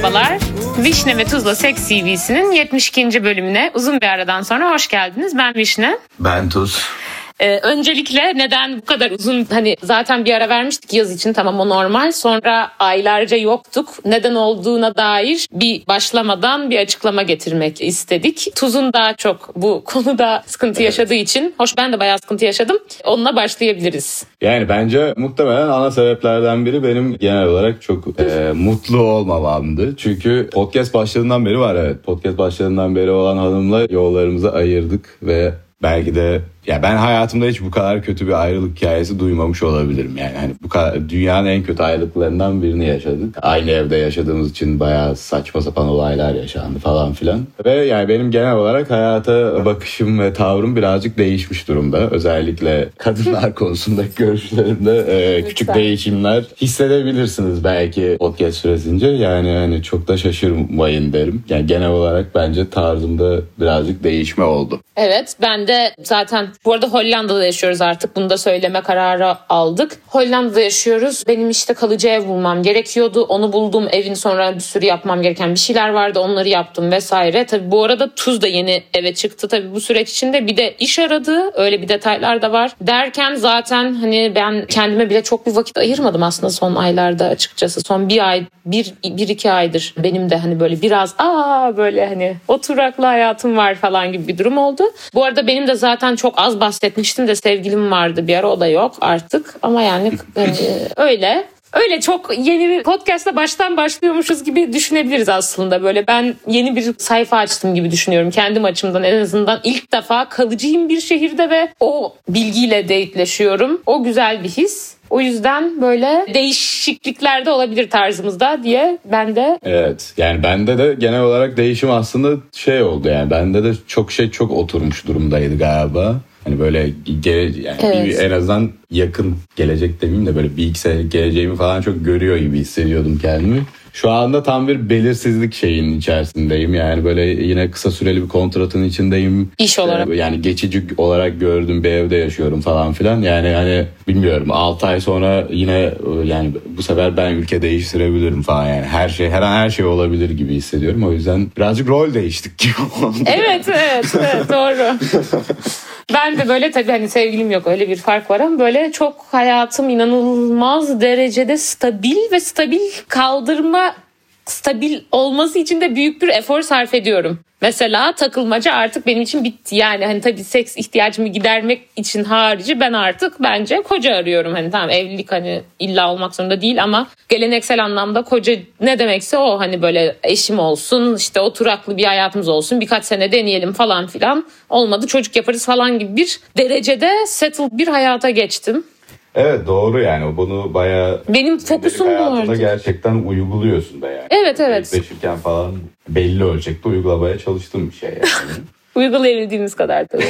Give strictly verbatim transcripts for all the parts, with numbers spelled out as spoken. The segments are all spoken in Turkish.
Merhabalar. Vişne ve Tuzla Seks C V'sinin yetmiş ikinci bölümüne uzun bir aradan sonra hoş geldiniz. Ben Vişne. Ben Tuz. Ee, öncelikle neden bu kadar uzun, hani zaten bir ara vermiştik yaz için, tamam o normal, sonra aylarca yoktuk. Neden olduğuna dair bir başlamadan bir açıklama getirmek istedik. Tuz'un daha çok bu konuda sıkıntı yaşadığı için, hoş ben de bayağı sıkıntı yaşadım, onunla başlayabiliriz. Yani bence muhtemelen ana sebeplerden biri benim genel olarak çok e, mutlu olmamamdı. Çünkü podcast başladığından beri var, evet. Podcast başladığından beri olan hanımla yollarımızı ayırdık ve belki de ya ben hayatımda hiç bu kadar kötü bir ayrılık hikayesi duymamış olabilirim. Yani hani bu kadar dünyanın en kötü ayrılıklarından birini yaşadık. Aynı evde yaşadığımız için bayağı saçma sapan olaylar yaşandı falan filan. Ve yani benim genel olarak hayata bakışım ve tavrım birazcık değişmiş durumda. Özellikle kadınlar konusundaki görüşlerimde e, küçük değişimler hissedebilirsiniz belki podcast süresince. Yani hani çok da şaşırmayın derim. Yani genel olarak bence tarzımda birazcık değişme oldu. Evet, ben de zaten bu arada Hollanda'da yaşıyoruz artık. Bunu da söyleme kararı aldık. Hollanda'da yaşıyoruz. Benim işte kalıcı ev bulmam gerekiyordu. Onu buldum. Evin sonra bir sürü yapmam gereken bir şeyler vardı. Onları yaptım vesaire. Tabii bu arada Tuz da yeni eve çıktı. Tabii bu süreç içinde bir de iş aradı. Öyle bir detaylar da var. Derken zaten hani ben kendime bile çok bir vakit ayırmadım aslında son aylarda açıkçası. Son bir ay, bir, bir iki aydır benim de hani böyle biraz aa böyle hani oturaklı hayatım var falan gibi bir durum oldu. Bu arada benim de zaten çok az bahsetmiştim de sevgilim vardı bir ara, o da yok artık. Ama yani hani öyle. Öyle çok yeni bir podcast'ta baştan başlıyormuşuz gibi düşünebiliriz aslında. Böyle ben yeni bir sayfa açtım gibi düşünüyorum kendim açımdan. En azından ilk defa kalıcıyım bir şehirde ve o bilgiyle dateleşiyorum. O güzel bir his. O yüzden böyle değişiklikler de olabilir tarzımızda diye ben de... Evet, yani bende de genel olarak değişim aslında şey oldu, yani bende de çok şey çok oturmuş durumdaydı galiba. Hani böyle gele, yani evet. bir, en azından yakın gelecek demeyeyim de böyle bir iki senelik geleceğimi falan çok görüyor gibi hissediyordum kendimi. Şu anda tam bir belirsizlik şeyinin içerisindeyim. Yani böyle yine kısa süreli bir kontratın içindeyim. İş olarak. Yani geçici olarak gördüğüm bir evde yaşıyorum falan filan. Yani hani bilmiyorum, altı ay sonra yine yani bu sefer ben ülke değiştirebilirim falan yani. Her şey, her an her şey olabilir gibi hissediyorum. O yüzden birazcık rol değiştik gibi oldu. Evet, evet, evet doğru. Ben de böyle tabii hani sevgilim yok, öyle bir fark var ama böyle çok hayatım inanılmaz derecede stabil ve stabil kaldırma, stabil olması için de büyük bir efor sarf ediyorum. Mesela takılmaca artık benim için bitti. Yani hani tabii seks ihtiyacımı gidermek için harici ben artık bence koca arıyorum. Hani tamam evlilik hani illa olmak zorunda değil ama geleneksel anlamda koca ne demekse o, hani böyle eşim olsun, işte oturaklı bir hayatımız olsun, birkaç sene deneyelim falan filan, olmadı çocuk yaparız falan gibi bir derecede settled bir hayata geçtim. Evet doğru, yani bunu bayağı benim fokusum bu hayatında gerçekten uyguluyorsun da yani. Evet evet. Beşirken falan belli ölçekte uygulamaya çalıştığım bir şey yani. Uygulayabildiğimiz kadar tabii.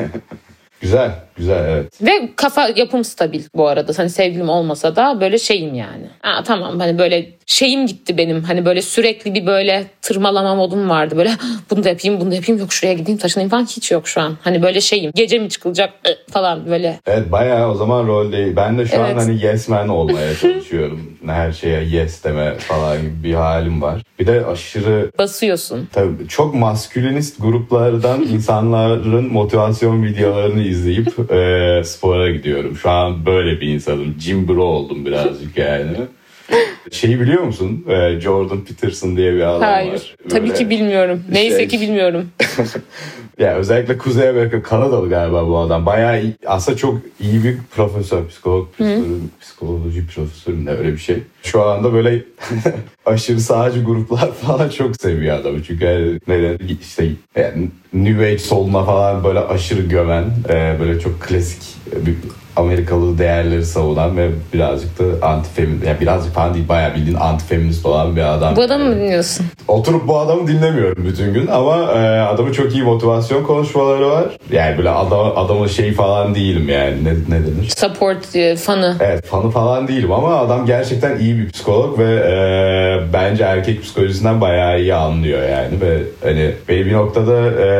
Güzel, güzel evet. Ve kafa yapım stabil bu arada. Hani sevgilim olmasa da böyle şeyim yani. Aa, tamam hani böyle şeyim gitti benim. Hani böyle sürekli bir böyle tırmalama modum vardı. Böyle bunu da yapayım, bunu da yapayım. Yok şuraya gideyim, taşınayım falan, hiç yok şu an. Hani böyle şeyim. Gece mi çıkılacak falan böyle. Evet bayağı o zaman rol değil. Ben de şu evet. an hani yes man olmaya çalışıyorum. Her şeye yes deme falan gibi bir halim var. Bir de aşırı... basıyorsun. Tabii çok maskülinist gruplardan insanların motivasyon videolarını izleyip e, spora gidiyorum. Şu an böyle bir insanım. Gym bro oldum birazcık yani. Şeyi biliyor musun? E, Jordan Peterson diye bir adam Hayır, var. Böyle tabii ki bilmiyorum. Neyse şey... ki bilmiyorum. Ya özellikle Kuzey Amerika, Kanadalı galiba bu adam. Bayağı iyi, aslında çok iyi bir profesör, psikolog, psikoloji profesörü mü, öyle bir şey. Şu anda böyle aşırı sağcı gruplar falan çok seviyor adamı. Çünkü yani, neden işte yani New Age soluna falan böyle aşırı gömen, böyle çok klasik bir Amerikalı değerleri savunan ve birazcık da anti-feminist, yani birazcık falan değil, bayağı bildiğin anti-feminist olan bir adam. Bu adamı mı dinliyorsun? Oturup bu adamı dinlemiyorum bütün gün ama e, adamı çok iyi motivasyon motivasyon konuşmaları var. Yani böyle adam, adamın şey falan değilim yani. Ne, ne denir? Support, e, fanı. Evet, fanı falan değilim ama adam gerçekten iyi bir psikolog ve e, bence erkek psikolojisinden bayağı iyi anlıyor yani. Ve hani beni bir noktada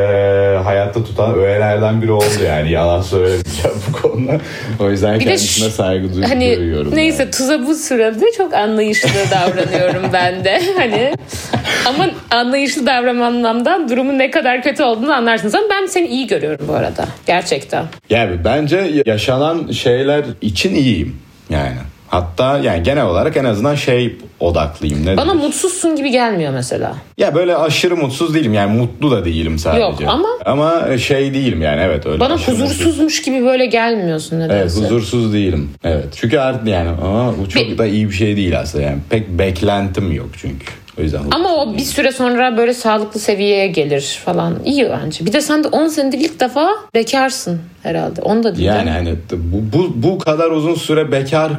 e, hayatta tutan öğelerden biri oldu yani. Yalan söylemeyeceğim bu konuda. O yüzden bir kendisine ş- saygı duyuyorum. Hani, neyse yani. Tuza bu sırada çok anlayışlı davranıyorum ben de. Hani ama anlayışlı davranmamdan durumun ne kadar kötü olduğunu anlarsınız. Ama ben seni iyi görüyorum bu arada. Gerçekten. Yani bence yaşanan şeyler için iyiyim yani. Hatta yani genel olarak en azından şey odaklıyım. Ne Bana denir? Mutsuzsun gibi gelmiyor mesela. Ya böyle aşırı mutsuz değilim yani mutlu da değilim sadece. Yok ama. Ama şey değilim yani evet öyle. Bana huzursuzmuş mutsuz. Gibi böyle gelmiyorsun nedense. Evet huzursuz değilim. Evet çünkü artık yani ama bu çok Be- da iyi bir şey değil aslında yani. Pek beklentim yok çünkü. O yüzden ama o bir süre sonra böyle sağlıklı seviyeye gelir falan. İyi bence. Bir de sen de on senedir ilk defa bekarsın herhalde. Onu da değil. Yani hani bu, bu, bu kadar uzun süre bekar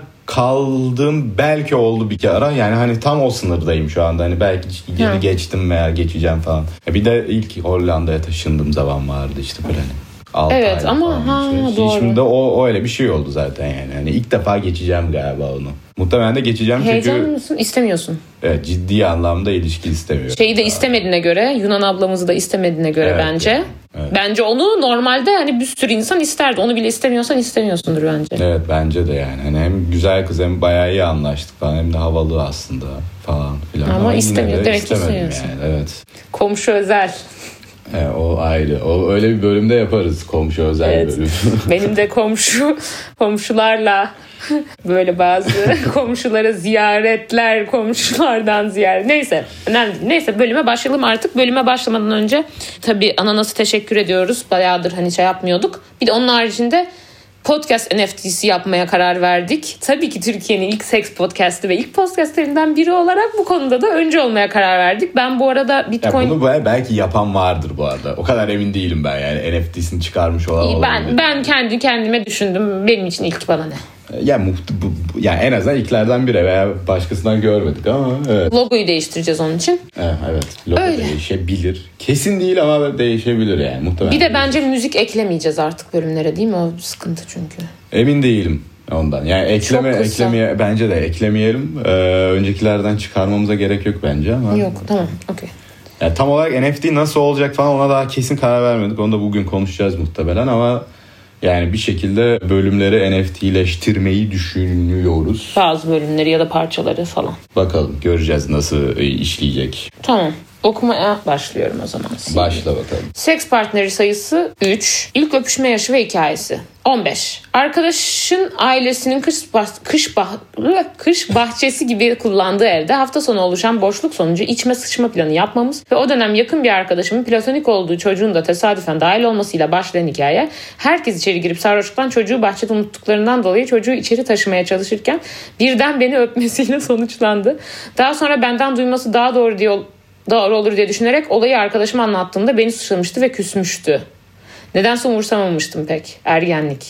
kaldım belki oldu bir kere. Yani hani tam o sınırdayım şu anda. Hani belki geri geçtim veya geçeceğim falan. Bir de ilk Hollanda'ya taşındığım zaman vardı işte böyle hani. Evet ama ha, doğru. Şimdi o, o öyle bir şey oldu zaten yani. Hani ilk defa geçeceğim galiba onu. Muhtemelen de geçeceğim çünkü... Heyecanlı mısın? İstemiyorsun. Evet ciddi anlamda ilişki istemiyorum. Şeyi de istemediğine göre, Yunan ablamızı da istemediğine göre evet, bence. Yani. Evet. Bence onu normalde hani bir sürü insan isterdi. Onu bile istemiyorsan istemiyorsundur bence. Evet bence de yani. Hani hem güzel kız hem bayağı iyi anlaştık falan. Hem de havalı aslında falan filan. Ama, Ama istemiyor. Demek istemiyorsun. Yani. Evet. Komşu özel. He, o ayrı. O öyle bir bölümde yaparız. Komşu özel evet. bölüm. Benim de komşu komşularla böyle bazı komşulara ziyaretler, komşulardan ziyaret. Neyse, önemli değil. Neyse bölüme başlayalım artık. Bölüme başlamadan önce tabii Ananas'a teşekkür ediyoruz. Bayağıdır hani şey yapmıyorduk. Bir de onun haricinde podcast N F T'si yapmaya karar verdik. Tabii ki Türkiye'nin ilk seks podcast'ı ve ilk podcastlerinden biri olarak bu konuda da önce olmaya karar verdik. Ben bu arada Bitcoin... Ya bunu belki yapan vardır bu arada. O kadar emin değilim ben yani N F T'sini çıkarmış olan olabilir. Ben, ben kendi kendime düşündüm. Benim için ilk bana ne? Yani, muht- bu, bu, yani en azından ilklerden biri veya başkasından görmedik ama evet. Logoyu değiştireceğiz onun için. Evet, evet. Logo öyle. Değişebilir. Kesin değil ama değişebilir yani muhtemelen. Bir de bence müzik eklemeyeceğiz artık bölümlere değil mi? O sıkıntı çünkü. Emin değilim ondan. Yani ekleme eklemeye bence de eklemeyelim. Ee, öncekilerden çıkarmamıza gerek yok bence ama. Yok tamam okey. Yani tam olarak N F T nasıl olacak falan ona daha kesin karar vermedik. Onu da bugün konuşacağız muhtemelen ama yani bir şekilde bölümleri N F T'leştirmeyi düşünüyoruz. Bazı bölümleri ya da parçaları falan. Bakalım göreceğiz nasıl işleyecek. Tamam. Okumaya başlıyorum o zaman. Başla bakalım. Seks partneri sayısı üç. İlk öpüşme yaşı ve hikayesi. on beş. Arkadaşın ailesinin kış bah- kış bah- kış bahçesi gibi kullandığı evde hafta sonu oluşan boşluk sonucu içme sıçma planı yapmamız ve o dönem yakın bir arkadaşımın platonik olduğu çocuğun da tesadüfen dahil olmasıyla başlayan hikaye, herkes içeri girip sarhoşluktan çocuğu bahçede unuttuklarından dolayı çocuğu içeri taşımaya çalışırken birden beni öpmesiyle sonuçlandı. Daha sonra benden duyması daha doğru diye doğru olur diye düşünerek olayı arkadaşıma anlattığımda beni suçlamıştı ve küsmüştü. Nedense umursamamıştım pek. Ergenlik.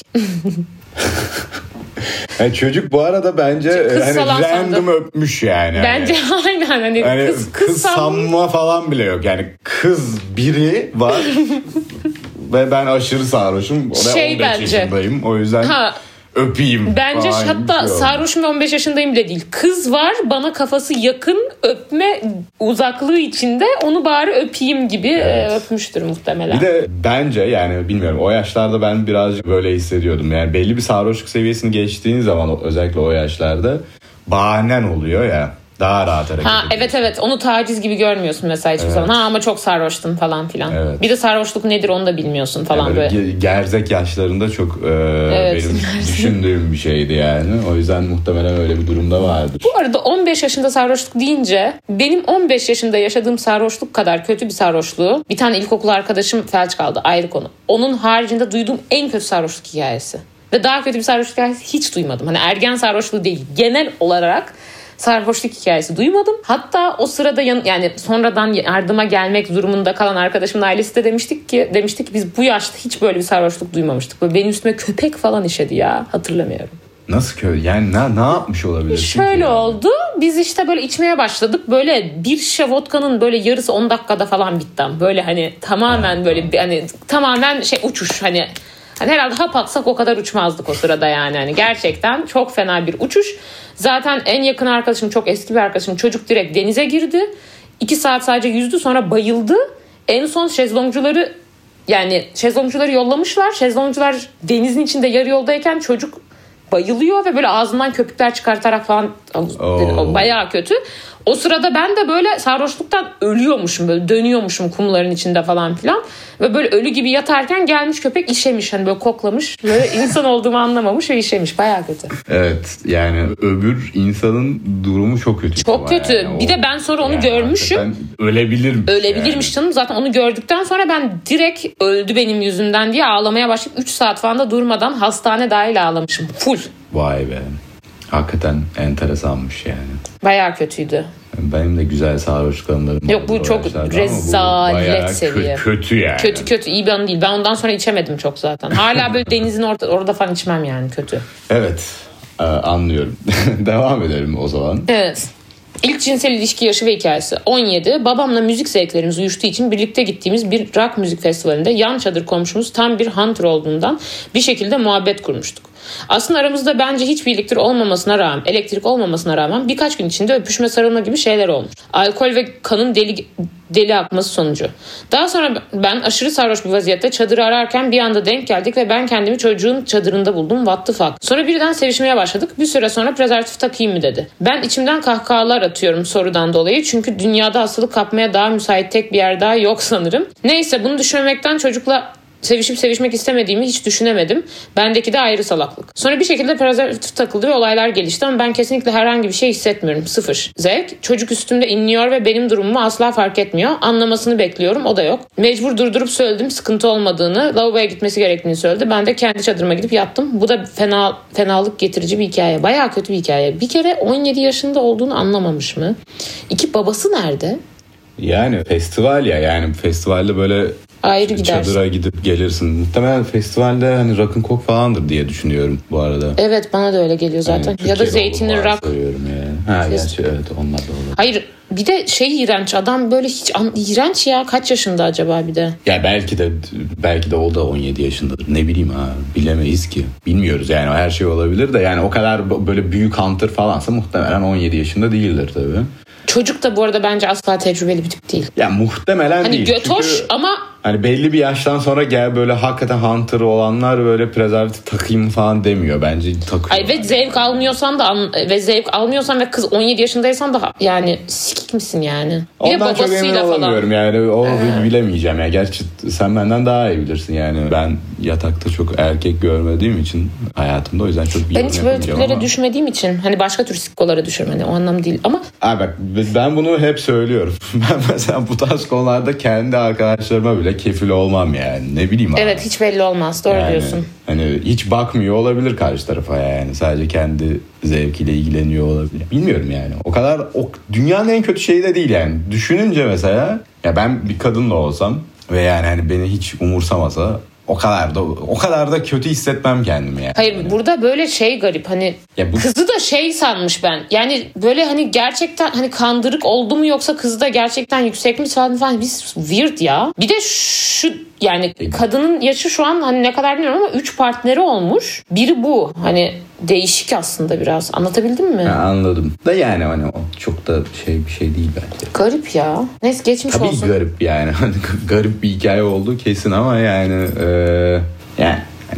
Yani çocuk bu arada bence hani random sandım. Öpmüş yani. Bence hani, aynen hani, hani kız, kız, kız sanma falan bile yok. Yani kız biri var ve ben aşırı sarhoşum. Şey on beş bence. Yaşındayım. O yüzden ha. Öpeyim. Bence hatta şey sarhoşum ve on beş yaşındayım bile değil. Kız var bana kafası yakın, öpme uzaklığı içinde, onu bari öpeyim gibi evet. öpmüştür muhtemelen. Bir de bence yani bilmiyorum o yaşlarda ben birazcık böyle hissediyordum. Yani belli bir sarhoşluk seviyesini geçtiğin zaman özellikle o yaşlarda bahanen oluyor ya. Daha rahat hareket ha, evet evet onu taciz gibi görmüyorsun mesela hiçbir evet. zaman. Ha ama çok sarhoştun falan filan. Evet. Bir de sarhoşluk nedir onu da bilmiyorsun falan yani böyle. Gerzek yaşlarında çok e, evet, benim gerzek. Düşündüğüm bir şeydi yani. O yüzden muhtemelen öyle bir durumda vardır. Bu arada on beş yaşında sarhoşluk deyince benim on beş yaşında yaşadığım sarhoşluk kadar kötü bir sarhoşluğu bir tane ilkokul arkadaşım felç kaldı, ayrı konu. Onun haricinde duyduğum en kötü sarhoşluk hikayesi. Ve daha kötü bir sarhoşluk hikayesi hiç duymadım. Hani ergen sarhoşluğu değil, genel olarak sarhoşluk hikayesi duymadım. Hatta o sırada yan, yani sonradan yardıma gelmek durumunda kalan arkadaşımın ailesi de demiştik ki demiştik ki biz bu yaşta hiç böyle bir sarhoşluk duymamıştık. Böyle benim üstüme köpek falan işedi ya. Hatırlamıyorum. Nasıl köy? Yani ne, ne yapmış olabilir? Şöyle oldu. Biz işte böyle içmeye başladık. Böyle bir şişe vodkanın böyle yarısı on dakikada falan bitti. Böyle hani tamamen böyle bir, hani tamamen şey uçuş hani. Hani herhalde hap atsak o kadar uçmazdık o sırada yani. Hani gerçekten çok fena bir uçuş. Zaten en yakın arkadaşım, çok eski bir arkadaşım, çocuk direkt denize girdi. İki saat sadece yüzdü, sonra bayıldı. En son şezlongcuları yani şezlongcuları yollamışlar. Şezlongcular denizin içinde yarı yoldayken çocuk bayılıyor ve böyle ağzından köpükler çıkartarak falan oh. Bayağı kötü. O sırada ben de böyle sarhoşluktan ölüyormuşum, böyle dönüyormuşum kumların içinde falan filan. Ve böyle ölü gibi yatarken gelmiş köpek işemiş, hani böyle koklamış. Böyle insan olduğumu anlamamış ve işemiş. Bayağı kötü. Evet, yani öbür insanın durumu çok kötü. Çok kötü. Yani. Bir o, de ben sonra onu yani görmüşüm. Ölebilirmiş. Ölebilirmiş yani. canım. Zaten onu gördükten sonra ben direkt öldü benim yüzümden diye ağlamaya başlayıp üç saat falan da durmadan hastane dahil ağlamışım. Full. Vay be. Hakikaten enteresanmış yani. Bayağı kötüydü. Benim de güzel sarhoşluklarım. Yok bu çok rezalet seviye. Kötü yani. Kötü kötü iyi bir anı değil. Ben ondan sonra içemedim çok zaten. Hala böyle denizin orada, orada falan içmem yani, kötü. Evet, anlıyorum. Devam edelim o zaman. Evet. İlk cinsel ilişki yaşı ve hikayesi. on yedi. Babamla müzik zevklerimiz uyuştuğu için birlikte gittiğimiz bir rock müzik festivalinde yan çadır komşumuz tam bir hunter olduğundan bir şekilde muhabbet kurmuştuk. Aslında aramızda bence hiç birlikte olmamasına rağmen, elektrik olmamasına rağmen birkaç gün içinde öpüşme, sarılma gibi şeyler olmuş. Alkol ve kanın deli deli akması sonucu. Daha sonra ben aşırı sarhoş bir vaziyette çadırı ararken bir anda denk geldik ve ben kendimi çocuğun çadırında buldum. What the fuck? Sonra birden sevişmeye başladık. Bir süre sonra prezervatif takayım mı dedi. Ben içimden kahkahalar atıyorum sorudan dolayı. Çünkü dünyada hastalık kapmaya daha müsait tek bir yer daha yok sanırım. Neyse, bunu düşünmemekten çocukla sevişip sevişmek istemediğimi hiç düşünemedim. Bendeki de ayrı salaklık. Sonra bir şekilde prezervatif takıldı ve olaylar gelişti ama ben kesinlikle herhangi bir şey hissetmiyorum. Sıfır. Zevk. Çocuk üstümde inliyor ve benim durumumu asla fark etmiyor. Anlamasını bekliyorum. O da yok. Mecbur durdurup söyledim sıkıntı olmadığını. Lavaboya gitmesi gerektiğini söyledi. Ben de kendi çadırıma gidip yattım. Bu da fena fenalık getirici bir hikaye. Bayağı kötü bir hikaye. Bir kere on yedi yaşında olduğunu anlamamış mı? İki, babası nerede? Yani festival ya. Yani festivalde böyle ayrı gidersin. Çadıra gidip gelirsin. Muhtemelen festivalde hani rock'n'coke falandır diye düşünüyorum bu arada. Evet, bana da öyle geliyor zaten. Yani ya da zeytinli rock. Yani. Ha gerçi evet, onlar da olur. Hayır, bir de şey iğrenç adam, böyle hiç an, iğrenç ya. Kaç yaşında acaba bir de? Ya belki de belki de o da on yedi yaşındadır. Ne bileyim ha, bilemeyiz ki. Bilmiyoruz yani, her şey olabilir de yani o kadar böyle büyük hunter falansa muhtemelen on yedi yaşında değildir tabii. Çocuk da bu arada bence asla tecrübeli bir tip değil. Ya muhtemelen hani değil. Hani götoş çünkü ama hani belli bir yaştan sonra gel böyle hakikaten hunter olanlar böyle prezervatif takayım falan demiyor. Bence takıyor. Ay ve zevk almıyorsan da ve zevk almıyorsan ve kız on yedi yaşındaysan da yani sikik misin yani? Bir ondan de babasıyla çok emin olamıyorum yani. O ee. bilemeyeceğim ya. Gerçi sen benden daha iyi bilirsin yani. Ben yatakta çok erkek görmediğim için hayatımda, o yüzden çok bir ben hiç böyle tiplere ama düşmediğim için hani başka tür sikkolara düşürüm, hani o anlam değil ama. Abi bak, ben bunu hep söylüyorum. Ben mesela bu tarz konularda kendi arkadaşlarıma bile kefil olmam yani. Ne bileyim abi. Evet, hiç belli olmaz. Doğru yani, diyorsun. Hani hiç bakmıyor olabilir karşı tarafa yani. Sadece kendi zevkiyle ilgileniyor olabilir. Bilmiyorum yani. O kadar o dünyanın en kötü şeyi de değil yani. Düşününce mesela ya ben bir kadınla olsam ve yani hani beni hiç umursamasa o kadar da o kadar da kötü hissetmem kendimi yani. Hayır, yani. Burada böyle şey garip hani bu kızı da şey sanmış ben. Yani böyle hani gerçekten hani kandırık oldu mu yoksa kızı da gerçekten yüksek mi falan falan, biz weird ya. Bir de şu yani kadının yaşı şu an hani ne kadar bilmiyorum ama üç partneri olmuş. Biri bu. Hani değişik aslında biraz. Anlatabildim mi? Ha, anladım. Da yani hani o çok da şey bir şey değil bence. Garip ya. Neyse, geçmiş Tabii olsun. Tabii garip yani. Garip bir hikaye oldu kesin ama yani e, yani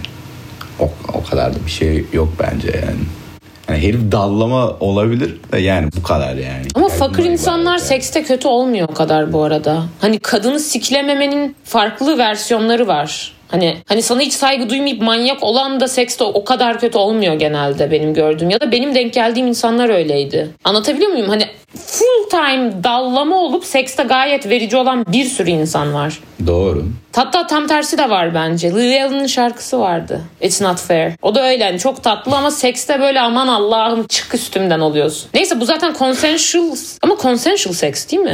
o, o kadar da bir şey yok bence yani. Yani herif dallama olabilir de yani bu kadar yani. Ama yani fakir insanlar yani sekste kötü olmuyor o kadar bu arada. Hani kadını siklememenin farklı versiyonları var. Hani hani sana hiç saygı duymayıp manyak olan da sekste o kadar kötü olmuyor genelde benim gördüğüm. Ya da benim denk geldiğim insanlar öyleydi. Anlatabiliyor muyum? Hani full time dallama olup sekste gayet verici olan bir sürü insan var. Doğru. Hatta tam tersi de var bence. Lily Allen'ın şarkısı vardı. It's Not Fair. O da öyle yani, çok tatlı ama sekste böyle aman Allah'ım çık üstümden oluyorsun. Neyse, bu zaten consensual ama consensual seks değil mi?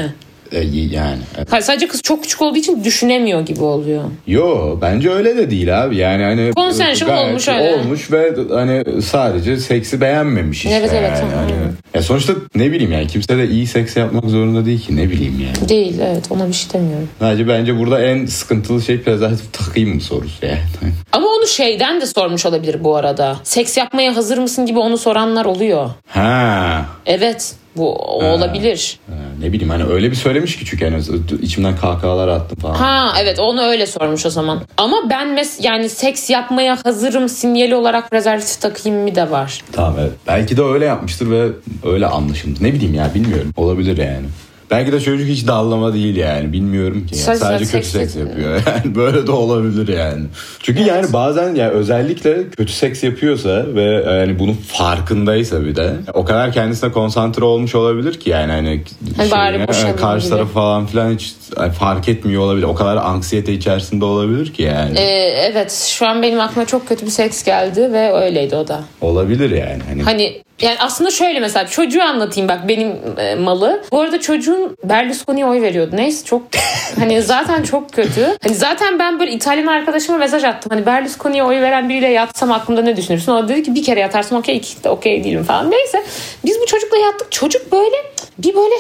E, yani. Evet. Hayır, sadece kız çok küçük olduğu için düşünemiyor gibi oluyor. Yo, bence öyle de değil abi. Yani hani konsensual olmuş öyle. Olmuş ve hani sadece seksi beğenmemiş işte. Evet evet. Yani. Hani, ya sonuçta ne bileyim yani kimse de iyi seks yapmak zorunda değil ki, ne bileyim yani. Değil, evet, ona bir şey demiyorum. Sadece bence burada en sıkıntılı şey prezervatif takayım mı sorusu yani. Ama onu şeyden de sormuş olabilir bu arada. Seks yapmaya hazır mısın gibi onu soranlar oluyor. Ha. Evet. Bu o olabilir. Ha, ne bileyim hani öyle bir söylemiş ki çünkü yani içimden kahkahalar attım falan. Ha evet, onu öyle sormuş o zaman. Ama ben mes yani seks yapmaya hazırım sinyali olarak prezervatif takayım mı da var. Tamam, evet. Belki de öyle yapmıştır ve öyle anlaşıldı. Ne bileyim ya, bilmiyorum. Olabilir yani. Belki de çocuk hiç dallama değil yani. Bilmiyorum ki. Yani. Sadece, Sadece kötü seks, seks yapıyor. Yani böyle de olabilir yani. Çünkü evet. Yani bazen yani özellikle kötü seks yapıyorsa ve yani bunun farkındaysa bir de o kadar kendisine konsantre olmuş olabilir ki yani hani şeyine, yani karşı gibi. Tarafı falan filan hiç fark etmiyor olabilir. O kadar anksiyete içerisinde olabilir ki yani. Ee, evet, şu an benim aklıma çok kötü bir seks geldi ve öyleydi o da. Olabilir yani. Hani, hani yani aslında şöyle, mesela çocuğu anlatayım bak, benim e, malı. Bu arada çocuğun Berlusconi'ye oy veriyordu. Neyse, çok hani zaten çok kötü. Hani zaten ben böyle İtalyan arkadaşıma mesaj attım. Hani Berlusconi'ye oy veren biriyle yatsam aklımda ne düşünürsün? O dedi ki bir kere yatarsın okey, iki de okey değilim falan. Neyse biz bu çocukla yattık. Çocuk böyle bir böyle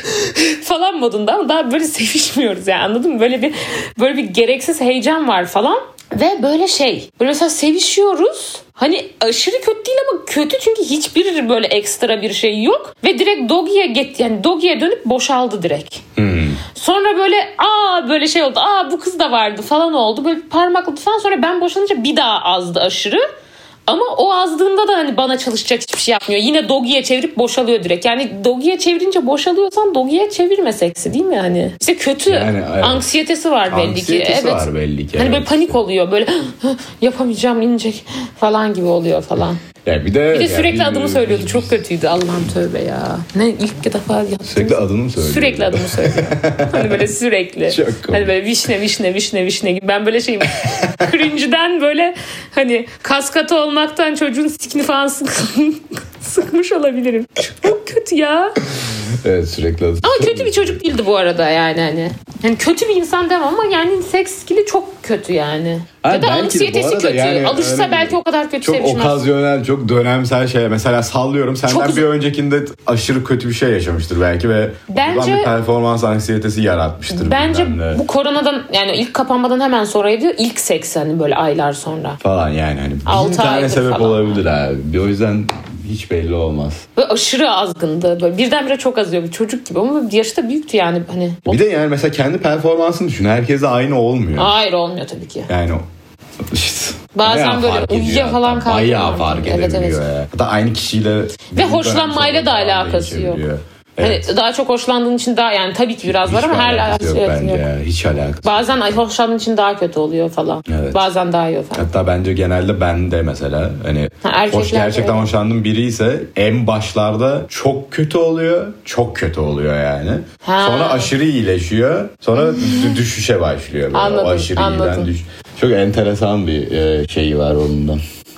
falan modunda ama daha böyle sevişmiyoruz yani, anladın mı? Böyle bir böyle bir gereksiz heyecan var falan. Ve böyle şey, böyle mesela sevişiyoruz. Hani aşırı kötü değil ama kötü çünkü hiçbir böyle ekstra bir şey yok. Ve direkt doggy'ye get, yani doggy'ye dönüp boşaldı direkt. Hmm. Sonra böyle aa böyle şey oldu. Aa bu kız da vardı falan oldu. Böyle parmakladı falan, sonra ben boşalınca bir daha azdı aşırı. Ama o azdığında da hani bana çalışacak hiçbir şey yapmıyor. Yine doggy'ye çevirip boşalıyor direkt. Yani doggy'ye çevirince boşalıyorsan doggy'ye çevirme seksi, değil mi hani? İşte kötü yani, evet. Anksiyetesi var belli Anksiyetesi ki. Evet. var belli ki. Hani evet. böyle panik oluyor. Böyle yapamayacağım, inecek falan gibi oluyor falan. Yani bir de, bir de sürekli yani, adımı söylüyordu. Çok kötüydü. Allah'ım tövbe ya. Ne ilk defa yaptım. Sürekli adını mı söylüyor? Sürekli adımı söylüyor. Hani böyle sürekli. Hani böyle vişne vişne vişne vişne gibi. Ben böyle şeyim. Cringe'den böyle hani kaskatı olmaktan çocuğun sikini falan sık sıkmış olabilirim. Çok kötü ya. Evet, sürekli adı. Ama kötü bir çocuk değildi bu arada yani hani. Yani kötü bir insan demem ama yani seks skill'i çok kötü yani. Ha, ya da anksiyetesi kötü. Yani, Alışsa yani, belki o kadar kötü çok sevişmez. Çok okazyonel, çok dönemsel şey. Mesela sallıyorum senden çok bir öncekinde aşırı kötü bir şey yaşamıştır belki ve bence, bir performans anksiyetesi yaratmıştır. Bence bu koronadan yani ilk kapanmadan hemen sonraydı. İlk seks hani böyle aylar sonra. Falan yani hani bin tane sebep falan olabilir abi. O yüzden hiç belli olmaz. Böyle aşırı azgındı. Böyle birdenbire çok azıyor, bir çocuk gibi ama yaşı da büyüktü yani. Hani. Bir de yani mesela kendi performansını düşün. Herkese aynı olmuyor. Hayır, olmuyor tabii ki. Yani işte bazen böyle uyuya falan kalkıyor. Bayağı fark edebiliyor. Evet, evet. Ya. Hatta aynı kişiyle. Ve hoşlanmayla da alakası yok. Evet. Hani daha çok hoşlandığın için daha yani tabii ki biraz hiç var ama her alakası yok bence. Yok. Hiç alakası. Bazen ay hoşlandığın için daha kötü oluyor falan. Evet. Bazen daha iyi falan. Hatta bence genelde ben de mesela hani ha, hoş gerçekten öyle. Hoşlandığım biri ise en başlarda çok kötü oluyor. Çok kötü oluyor yani. Ha. Sonra aşırı iyileşiyor. Sonra düşüşe başlıyor. Böyle. Anladım. O aşırı anladım. iyiden düş. Çok enteresan bir şeyi var ondan.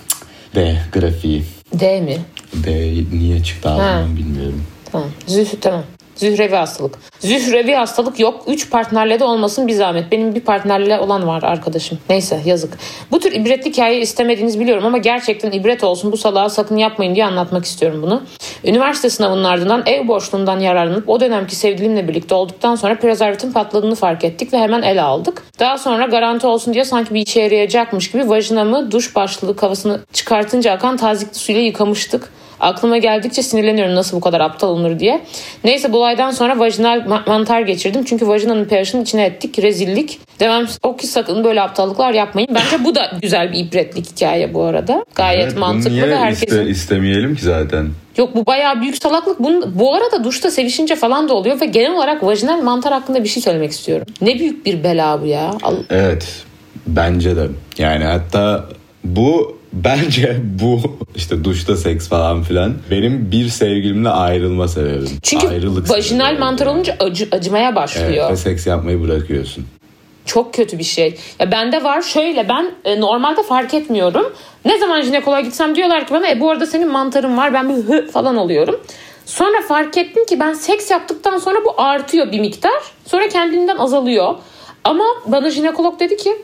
D grafiği. D mi? D niye çıktı ağzımdan bilmiyorum. Tamam. Zühre, tamam. Zührevi hastalık. Zührevi hastalık yok. Üç partnerle de olmasın bir zahmet. Benim bir partnerle olan var arkadaşım. Neyse, yazık. Bu tür ibretli hikaye istemediğinizi biliyorum ama gerçekten ibret olsun. Bu salağı sakın yapmayın diye anlatmak istiyorum bunu. Üniversite sınavının ardından ev boşluğundan yararlanıp o dönemki sevgilimle birlikte olduktan sonra prezervatifin patladığını fark ettik ve hemen ele aldık. Daha sonra garanti olsun diye sanki bir işe yarayacakmış gibi vajinamı duş başlığı kafasını çıkartınca akan tazikli suyla yıkamıştık. Aklıma geldikçe sinirleniyorum nasıl bu kadar aptal olunur diye. Neyse bu olaydan sonra vajinal mantar geçirdim. Çünkü vajinanın pH'ini içine ettik. Rezillik. Devam o ki sakın böyle aptallıklar yapmayın. Bence bu da güzel bir ibretlik hikaye bu arada. Gayet evet, mantıklı ve herkesin. Iste, istemeyelim ki zaten. Yok, bu bayağı büyük salaklık. Bunun, bu arada duşta sevişince falan da oluyor ve genel olarak vajinal mantar hakkında bir şey söylemek istiyorum. Ne büyük bir bela bu ya. Al- evet. Bence de. Yani hatta bu bence bu işte duşta seks falan filan benim bir sevgilimle ayrılma sebebim. Çünkü ayrılık vajinal sebebim mantar yani. olunca acı, acımaya başlıyor. Evet, ve seks yapmayı bırakıyorsun. Çok kötü bir şey. Ya bende var şöyle, ben e, normalde fark etmiyorum. Ne zaman jinekoloğa gitsem diyorlar ki bana e bu arada senin mantarın var. Ben bir hı falan oluyorum. Sonra fark ettim ki ben seks yaptıktan sonra bu artıyor bir miktar. Sonra kendinden azalıyor. Ama bana jinekolog dedi ki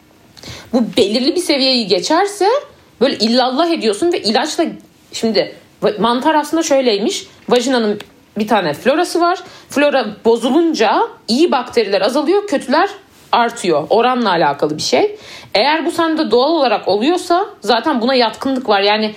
bu belirli bir seviyeyi geçerse böyle illallah ediyorsun ve ilaçla, şimdi mantar aslında şöyleymiş. Vajinanın bir tane florası var. Flora bozulunca iyi bakteriler azalıyor, kötüler artıyor. Oranla alakalı bir şey. Eğer bu sende doğal olarak oluyorsa zaten buna yatkınlık var. Yani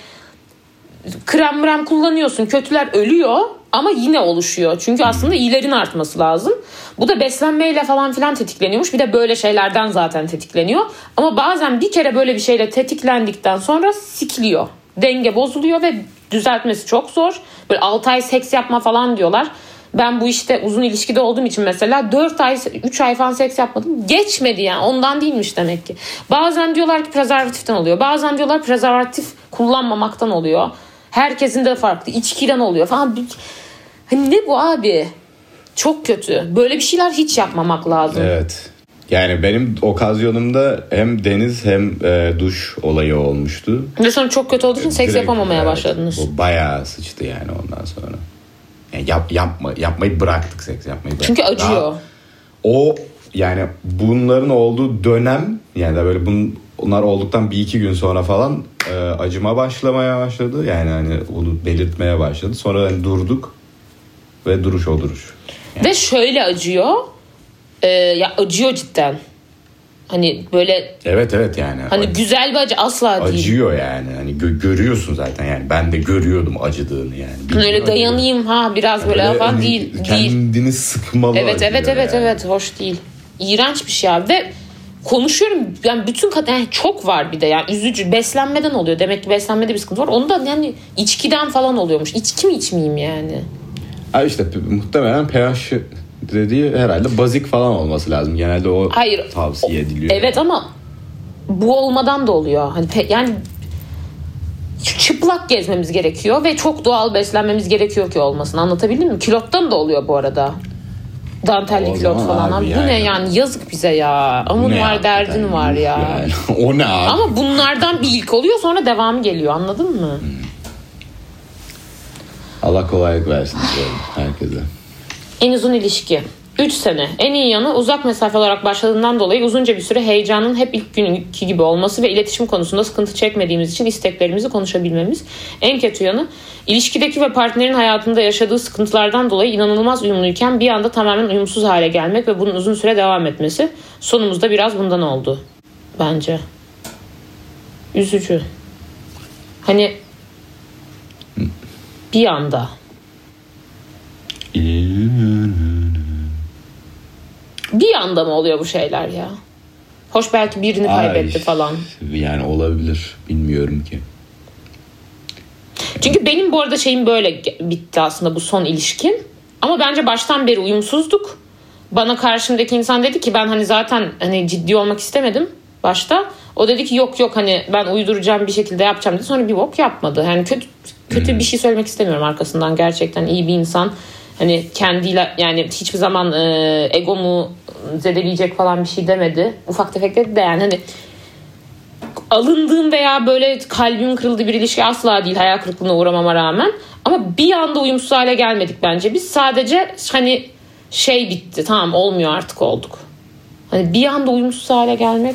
krem mrem kullanıyorsun, kötüler ölüyor ama yine oluşuyor. Çünkü aslında iyilerin artması lazım. Bu da beslenmeyle falan filan tetikleniyormuş. Bir de böyle şeylerden zaten tetikleniyor. Ama bazen bir kere böyle bir şeyle tetiklendikten sonra sikliyor. Denge bozuluyor ve düzeltmesi çok zor. Böyle altı ay seks yapma falan diyorlar. Ben bu işte uzun ilişkide olduğum için mesela dört ay üç ay falan seks yapmadım. Geçmedi yani. Ondan değilmiş demek ki. Bazen diyorlar ki prezervatiften oluyor. Bazen diyorlar prezervatif kullanmamaktan oluyor. Herkesin de farklı. İçkiden oluyor falan. Hani ne bu abi? Çok kötü. Böyle bir şeyler hiç yapmamak lazım. Evet. Yani benim okazyonumda hem deniz hem e, duş olayı olmuştu. Ve sonra çok kötü olduğu için seks Direkt, yapamamaya evet, başladınız. O bayağı sıçtı yani ondan sonra. Yani yap, yapma, yapmayı bıraktık, seks yapmayı bıraktık. Çünkü acıyor. Daha, o yani bunların olduğu dönem, yani da böyle bun, bunlar olduktan bir iki gün sonra falan e, acıma başlamaya başladı. Yani hani onu belirtmeye başladı. Sonra hani durduk ve duruş o duruş. Yani. Ve şöyle acıyor. E, ya acıyor cidden. Hani böyle. Evet evet yani. Hani acı, güzel bir acı asla değil. Acıyor yani. Hani gö- görüyorsun zaten yani. Ben de görüyordum acıdığını yani. Hani öyle dayanayım acıyor. Ha biraz yani böyle falan hani değil. Kendini değil. sıkmalı. Evet evet evet yani. evet hoş değil. İğrenç bir şey abi ve konuşuyorum yani bütün kadın yani çok var bir de yani üzücü, beslenmeden oluyor. Demek ki beslenmede bir sıkıntı var. Onda yani içkiden falan oluyormuş. İçki mi içmeyeyim yani? Ha işte muhtemelen pH dediği herhalde bazik falan olması lazım. Genelde o Hayır, tavsiye ediliyor. Evet yani. Ama bu olmadan da oluyor. Hani pe- yani çıplak gezmemiz gerekiyor ve çok doğal beslenmemiz gerekiyor ki olmasın. Anlatabildim mi? Kilottan da oluyor bu arada. Dantelli o kilot falan. Abi. Yani. Bu ne yani? Yazık bize ya. Amun var derdin yani, var ya. Yani. O ne abi? Ama bunlardan bir ilk oluyor sonra devamı geliyor. Anladın mı? Hmm. Allah kolaylık versin diyorum herkese. En uzun ilişki. üç sene. En iyi yanı uzak mesafe olarak başladığından dolayı uzunca bir süre heyecanın hep ilk günkü gibi olması ve iletişim konusunda sıkıntı çekmediğimiz için isteklerimizi konuşabilmemiz. En kötü yanı ilişkideki ve partnerin hayatında yaşadığı sıkıntılardan dolayı inanılmaz uyumluyken bir anda tamamen uyumsuz hale gelmek ve bunun uzun süre devam etmesi. Sonumuzda biraz bundan oldu. Bence. Üzücü. Hani bir anda. Bir anda mı oluyor bu şeyler ya? Hoş belki birini kaybetti Ay, falan. Yani olabilir. Bilmiyorum ki. Çünkü benim bu arada şeyim böyle bitti aslında bu son ilişkim. Ama bence baştan beri uyumsuzduk. Bana karşımdaki insan dedi ki ben hani zaten hani ciddi olmak istemedim başta. O dedi ki yok yok hani ben uyduracağım bir şekilde yapacağım dedi. Sonra bir bok yapmadı. Yani kötü kötü hmm. bir şey söylemek istemiyorum arkasından. Gerçekten iyi bir insan. Hani kendiyle yani hiçbir zaman e, egomu zedeleyecek falan bir şey demedi. Ufak tefek dedi de yani hani alındığım veya böyle kalbim kırıldığı bir ilişki asla değil, hayal kırıklığına uğramama rağmen. Ama bir anda uyumsuz hale gelmedik bence. Biz sadece hani şey bitti, tamam olmuyor artık olduk. Hani bir anda uyumsuz hale gelmek.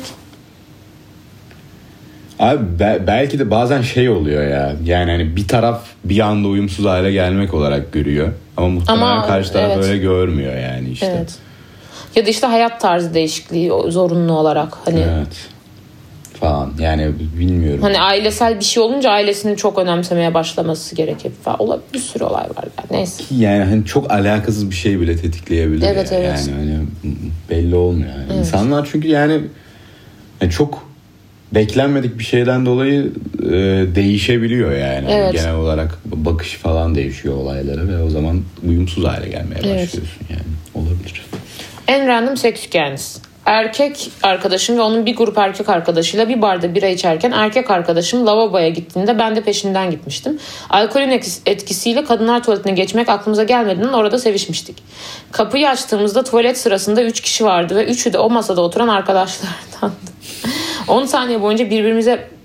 Abi be- belki de bazen şey oluyor ya. Yani hani bir taraf bir anda uyumsuz hale gelmek olarak görüyor. Ama muhtemelen Ama, karşı taraf evet. öyle görmüyor yani işte. Evet. Ya da işte hayat tarzı değişikliği zorunlu olarak hani. Evet. Falan yani bilmiyorum. Hani ailesel bir şey olunca ailesini çok önemsemeye başlaması gerekir falan. Olabilir, bir sürü olay var yani. Neyse. Yani hani çok alakasız bir şey bile tetikleyebilir. Evet yani. evet. Yani hani belli olmuyor. Yani. Evet. İnsanlar çünkü yani, yani çok beklenmedik bir şeyden dolayı e, değişebiliyor yani. Evet. Yani genel olarak bakış falan değişiyor olaylara ve o zaman uyumsuz hale gelmeye evet. başlıyorsun yani. Olabilir. En random seks hikayeniz. Erkek arkadaşım ve onun bir grup erkek arkadaşıyla bir barda bira içerken erkek arkadaşım lavaboya gittiğinde ben de peşinden gitmiştim. Alkolün etkisiyle kadınlar tuvaletine geçmek aklımıza gelmediğinden orada sevişmiştik. Kapıyı açtığımızda tuvalet sırasında üç kişi vardı ve üçü de o masada oturan arkadaşlardandı. on saniye boyunca birbirimize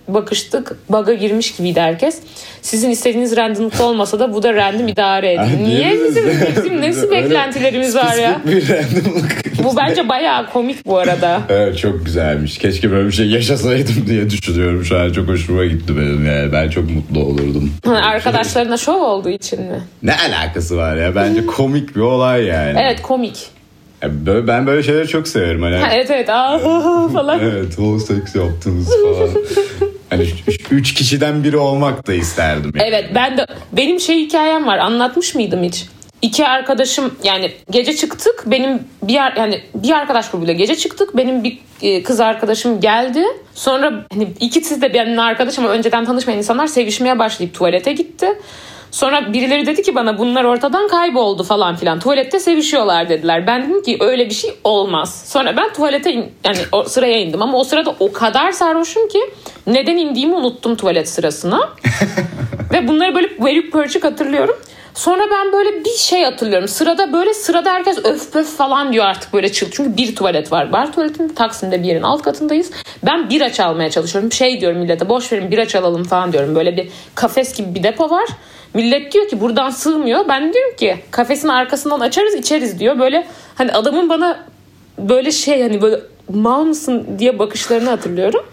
bakıştık. Bug'a girmiş gibiydi herkes. Sizin istediğiniz randomlıkta olmasa da bu da random idare edin. Niye bizim, bizim nasıl beklentilerimiz var ya? Bir randomlık. Bu bence bayağı komik bu arada. Evet, çok güzelmiş. Keşke böyle bir şey yaşasaydım diye düşünüyorum. Şu an çok hoşuma gitti benim yani. Ben çok mutlu olurdum. Arkadaşlarına şov olduğu için mi? Ne alakası var ya? Bence komik bir olay yani. Evet, komik. Böyle, ben böyle şeyleri çok severim. Hani, ha, evet evet aa, falan. Evet, o seks yaptınız falan. Hani üç, üç kişiden biri olmak da isterdim. Yani. Evet, ben de benim şey hikayem var. Anlatmış mıydım hiç? İki arkadaşım, yani gece çıktık. Benim bir yani bir arkadaş grubuyla gece çıktık. Benim bir kız arkadaşım geldi. Sonra hani ikisi de benim arkadaşım ama önceden tanışmayan insanlar sevişmeye başlayıp tuvalete gitti. Sonra birileri dedi ki bana bunlar ortadan kayboldu falan filan. Tuvalette sevişiyorlar dediler. Ben dedim ki öyle bir şey olmaz. Sonra ben tuvalete in, yani o sıraya indim ama o sırada o kadar sarhoşum ki neden indiğimi unuttum tuvalet sırasına. Ve bunları böyle verip pörçük hatırlıyorum. Sonra ben böyle bir şey hatırlıyorum. Sırada böyle sırada herkes öf pöf falan diyor artık böyle çıl. Çünkü bir tuvalet var. Bar tuvaletinde Taksim'de bir yerin alt katındayız. Ben bira çalmaya çalışıyorum. Şey diyorum millete, boş verin bira çalalım falan diyorum. Böyle bir kafes gibi bir depo var. Millet diyor ki buradan sığmıyor. Ben diyorum ki kafesin arkasından açarız içeriz diyor. Böyle hani adamın bana böyle şey hani böyle mal mısın diye bakışlarını hatırlıyorum.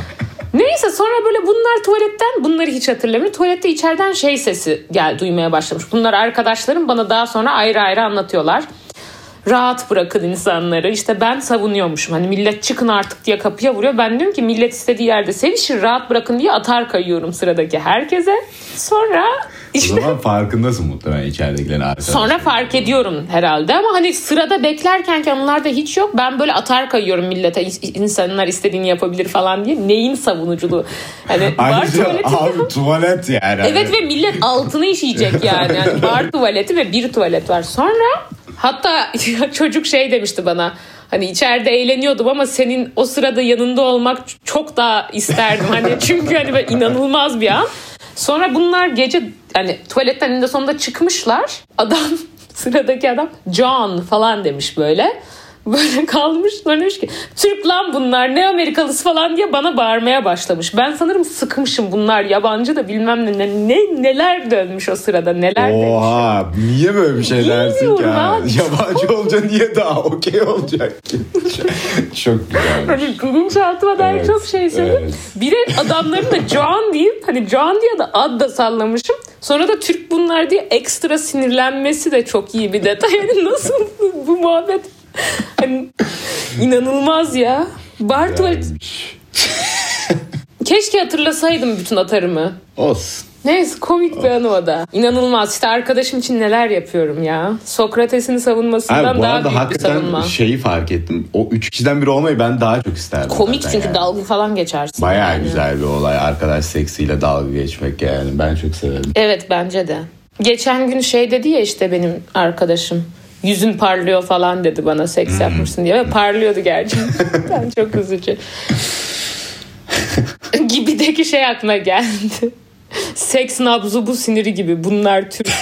Neyse sonra böyle bunlar tuvaletten, bunları hiç hatırlamıyorum. Tuvalette içeriden şey sesi gel duymaya başlamış. Bunlar arkadaşlarım bana daha sonra ayrı ayrı anlatıyorlar. Rahat bırakın insanları. İşte ben savunuyormuşum. Hani millet çıkın artık diye kapıya vuruyor. Ben diyorum ki millet istediği yerde sevişir, rahat bırakın diye atar kayıyorum sıradaki herkese. Sonra işte... O zaman farkındasın muhtemelen içeridekilerin arkadaşlar. Sonra fark ediyorum herhalde ama hani sırada beklerken ki onlarda hiç yok. Ben böyle atar kayıyorum millete, insanlar istediğini yapabilir falan diye. Neyin savunuculuğu? Hani bar tuvaleti. Abi tuvalet yani. Evet ve millet altını işeyecek yani. yani. Bar tuvaleti ve bir tuvalet var. Sonra hatta çocuk şey demişti bana. Hani içeride eğleniyordum ama senin o sırada yanında olmak çok daha isterdim. Hani çünkü hani böyle inanılmaz bir an. Sonra bunlar gece hani tuvaletten eninde sonunda çıkmışlar. Adam sıradaki adam John falan demiş böyle. Böyle kalmış sonra demiş ki Türk lan bunlar ne Amerikalısı falan diye bana bağırmaya başlamış. Ben sanırım sıkmışım bunlar yabancı da bilmem ne, ne neler dönmüş o sırada neler demiş. Oha niye böyle bir şey dersin ki? Yabancı olunca niye daha okey olacak ki? Çok güzel. Hani bilinçaltıma dair evet, çok şey söylüyorum. Evet. Bir de adamların da John deyip hani John diye de ad da sallamışım. Sonra da Türk bunlar diye ekstra sinirlenmesi de çok iyi bir detay. Yani nasıl bu muhabbet? Hani inanılmaz ya. Bar tuvalet. Keşke hatırlasaydım bütün atarımı. Olsun. Neyse komik Olsun. Bir anı o da. İnanılmaz. İşte arkadaşım için neler yapıyorum ya. Sokrates'in savunmasından abi, daha büyük bir savunma. Hakikaten şeyi fark ettim. O üç kişiden biri olmayı ben daha çok isterdim. Komik çünkü yani. Dalga falan geçersin. Bayağı yani. Güzel bir olay. Arkadaş seksiyle dalga geçmek yani. Ben çok severim. Evet bence de. Geçen gün şey dedi ya işte benim arkadaşım. Yüzün parlıyor falan dedi bana seks hmm. yapmışsın diye. Ve parlıyordu gerçekten. Çok üzücü. Gibideki şey aklıma geldi. Seks nabzu bu siniri gibi. Bunlar Türk.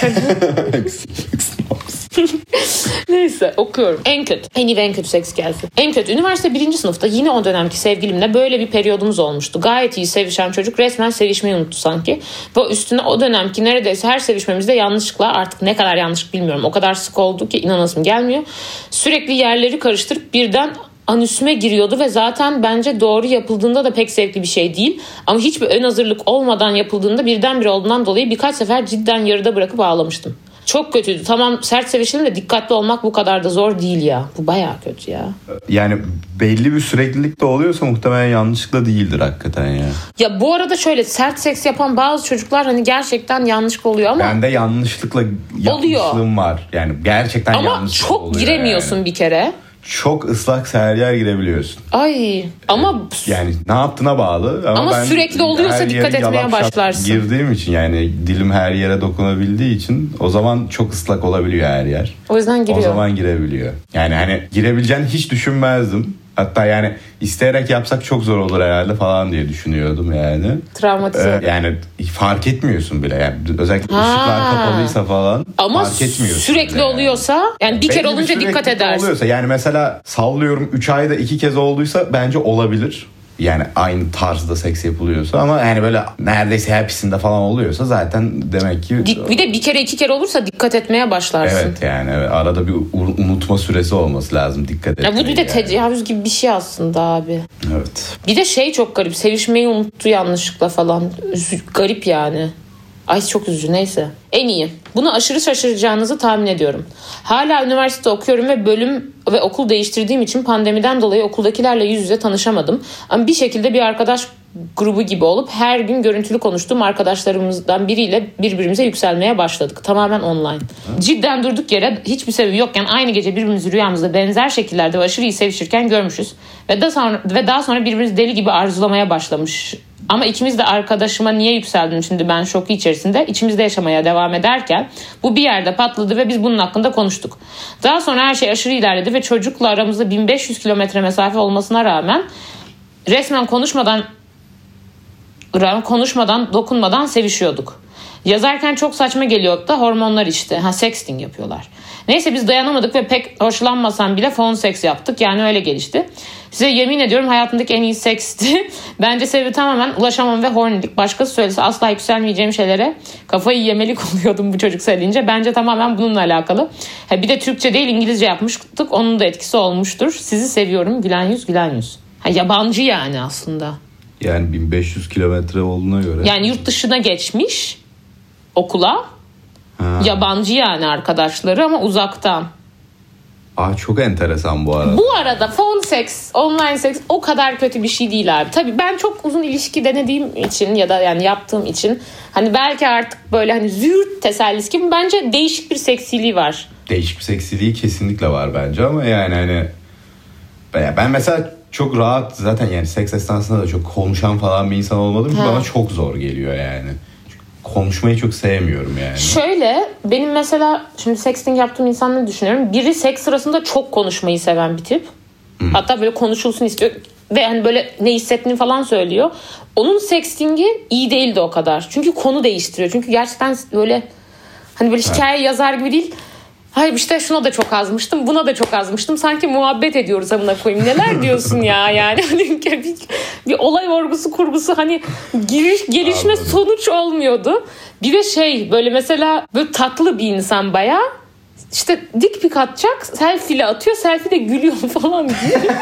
Neyse okuyorum. En kötü. En iyi ve en kötü seks geldi. En kötü. Üniversite birinci sınıfta yine o dönemki sevgilimle böyle bir periyodumuz olmuştu. Gayet iyi sevişen çocuk resmen sevişmeyi unuttu sanki. Ve üstüne o dönemki neredeyse her sevişmemizde yanlışlıkla, artık ne kadar yanlış bilmiyorum. O kadar sık oldu ki inanasım gelmiyor. Sürekli yerleri karıştırıp birden anüsüme giriyordu ve zaten bence doğru yapıldığında da pek zevkli bir şey değil. Ama hiçbir ön hazırlık olmadan yapıldığında birdenbire olduğundan dolayı birkaç sefer cidden yarıda bırakıp ağlamıştım. Çok kötüydü. Tamam sert sevişelim de dikkatli olmak bu kadar da zor değil ya. Bu bayağı kötü ya. Yani belli bir süreklilik de oluyorsa muhtemelen yanlışlıkla değildir hakikaten ya. Ya bu arada şöyle sert seks yapan bazı çocuklar hani gerçekten yanlışlıkla oluyor ama. Bende yanlışlıkla yapmışlığım var. Yani gerçekten ama yanlışlıkla oluyor. Ama çok giremiyorsun yani. Bir kere. Çok ıslak her yer girebiliyorsun. Ay ama yani ne yaptığına bağlı ama, ama ben sürekli oluyorsa dikkat etmeye başlarsın. Girdiğim için yani dilim her yere dokunabildiği için o zaman çok ıslak olabiliyor her yer. O yüzden giriyor. O zaman girebiliyor. Yani hani girebileceğini hiç düşünmezdim. Hatta yani isteyerek yapsak çok zor olur herhalde falan diye düşünüyordum yani. Travmatize. Ee, yani fark etmiyorsun bile yani özellikle ha. ışıklar kapalıysa falan ama fark etmiyorsun. Sürekli bile. Oluyorsa yani bir kere olunca dikkat edersin. Oluyorsa yani mesela sallıyorum üç ayda iki kez olduysa bence olabilir. yani aynı tarzda seks yapılıyorsa ama yani böyle neredeyse hepsinde falan oluyorsa zaten demek ki... Bir de bir kere iki kere olursa dikkat etmeye başlarsın. Evet yani evet, arada bir unutma süresi olması lazım dikkat etmeye. Ya bu bir de yani. tecavüz gibi bir şey aslında abi. Evet. Bir de şey çok garip, sevişmeyi unuttu yanlışlıkla falan. Garip yani. Ay çok üzücü, neyse. En iyi. Bunu aşırı şaşıracağınızı tahmin ediyorum. Hala üniversite okuyorum ve bölüm ve okul değiştirdiğim için pandemiden dolayı okuldakilerle yüz yüze tanışamadım. Ama bir şekilde bir arkadaş grubu gibi olup her gün görüntülü konuştuğum arkadaşlarımızdan biriyle birbirimize yükselmeye başladık. Tamamen online. Cidden durduk yere hiçbir sebebi yokken aynı gece birbirimizi rüyamızda benzer şekillerde ve aşırı iyi sevişirken görmüşüz. Ve daha sonra, ve daha sonra birbirimizi deli gibi arzulamaya başlamış. Ama ikimiz de arkadaşıma niye yükseldim şimdi ben şoku içerisinde içimizde yaşamaya devam ederken bu bir yerde patladı ve biz bunun hakkında konuştuk. Daha sonra her şey aşırı ilerledi ve çocukla aramızda bin beş yüz kilometre mesafe olmasına rağmen resmen konuşmadan konuşmadan dokunmadan sevişiyorduk. Yazarken çok saçma geliyordu da hormonlar işte. Ha, sexting yapıyorlar. Neyse biz dayanamadık ve pek hoşlanmasam bile phone sex yaptık. Yani öyle gelişti. Size yemin ediyorum hayatımdaki en iyi seksti. Bence sebebi tamamen ulaşamam ve hornilik. Başkası söylese asla yükselmeyeceğim şeylere kafayı yemelik oluyordum bu çocuk söyleyince. Bence tamamen bununla alakalı. Ha, bir de Türkçe değil İngilizce yapmıştık. Onun da etkisi olmuştur. Sizi seviyorum. Gülen yüz gülen yüz. Ha, yabancı yani aslında. Yani bin beş yüz kilometre olduğuna göre. Yani yurt dışına geçmiş okula. Ha. Yabancı yani arkadaşları ama uzaktan. Aa, çok enteresan bu arada. Bu arada phone sex, online sex o kadar kötü bir şey değil abi. Tabii ben çok uzun ilişki denediğim için ya da yani yaptığım için hani belki artık böyle hani züğürt tesellisi gibi bence değişik bir seksiliği var. Değişik bir seksiliği kesinlikle var bence ama yani hani ben mesela çok rahat zaten yani seks esnasında da çok konuşan falan bir insan olmadım ki bana çok zor geliyor yani. Konuşmayı çok sevmiyorum yani. Şöyle benim mesela şimdi sexting yaptığım insanları düşünüyorum. Biri seks sırasında çok konuşmayı seven bir tip. Hı. Hatta böyle konuşulsun istiyor ve hani böyle ne hissettiğini falan söylüyor. Onun sextingi iyi değildi o kadar. Çünkü konu değiştiriyor. Çünkü gerçekten böyle hani böyle hikaye evet. yazar gibi değil. Hayır işte şuna da çok azmıştım, buna da çok azmıştım. Sanki muhabbet ediyoruz amına koyayım. Neler diyorsun ya yani hani bir, bir olay örgüsü kurgusu hani giriş gelişme Anladım. Sonuç olmuyordu. Bir de şey böyle mesela böyle tatlı bir insan bayağı işte dik pik atacak, selfie'le atıyor, selfie'de gülüyor falan.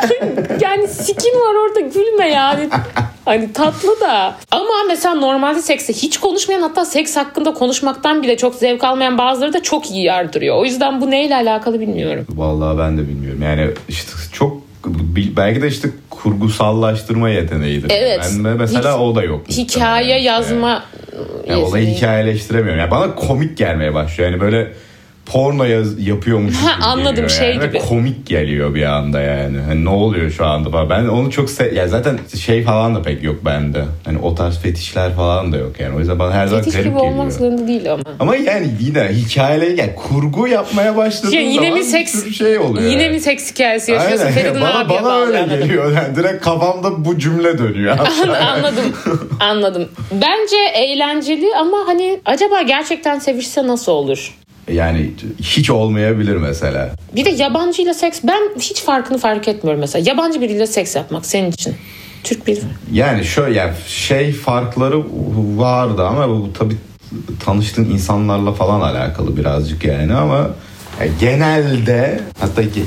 Yani sikin var orada, gülme yani. Hani tatlı da. Ama mesela normalde sekste hiç konuşmayan, hatta seks hakkında konuşmaktan bile çok zevk almayan bazıları da çok iyi yardırıyor. O yüzden bu neyle alakalı bilmiyorum. Vallahi ben de bilmiyorum. Yani işte çok belki de işte kurgusallaştırma yeteneğidir. Evet. Ben mesela hiç, o da yok. Hikaye yani. yazma. Yani olayı hikayeleştiremiyorum. Yani bana komik gelmeye başlıyor. Yani böyle porno yaz, yapıyormuş gibi ha, anladım şey yani. gibi. Komik geliyor bir anda yani. Hani ne oluyor şu anda falan. Ben onu çok se- yani zaten şey falan da pek yok bende. Hani o tarz fetişler falan da yok yani. O yüzden bana her zaman garip geliyor. Fetiş gibi olmak zorunda değil ama. Ama yani yine hikayeleri yani kurgu yapmaya başladığın ya yine zaman mi seks, bir sürü şey oluyor. Yine yani. mi seks hikayesi yaşıyorsun? Feridun bana, abiye bana öyle anladım. Geliyor yani. Direkt kafamda bu cümle dönüyor. Anladım. Anladım. Bence eğlenceli ama hani acaba gerçekten sevişse nasıl olur? Yani hiç olmayabilir mesela. Bir de yabancıyla seks, ben hiç farkını fark etmiyorum mesela. Yabancı biriyle seks yapmak senin için. Türk biri. Yani şöyle yani şey farkları vardı ama bu tabii tanıştığın insanlarla falan alakalı birazcık yani ama yani genelde hatta yani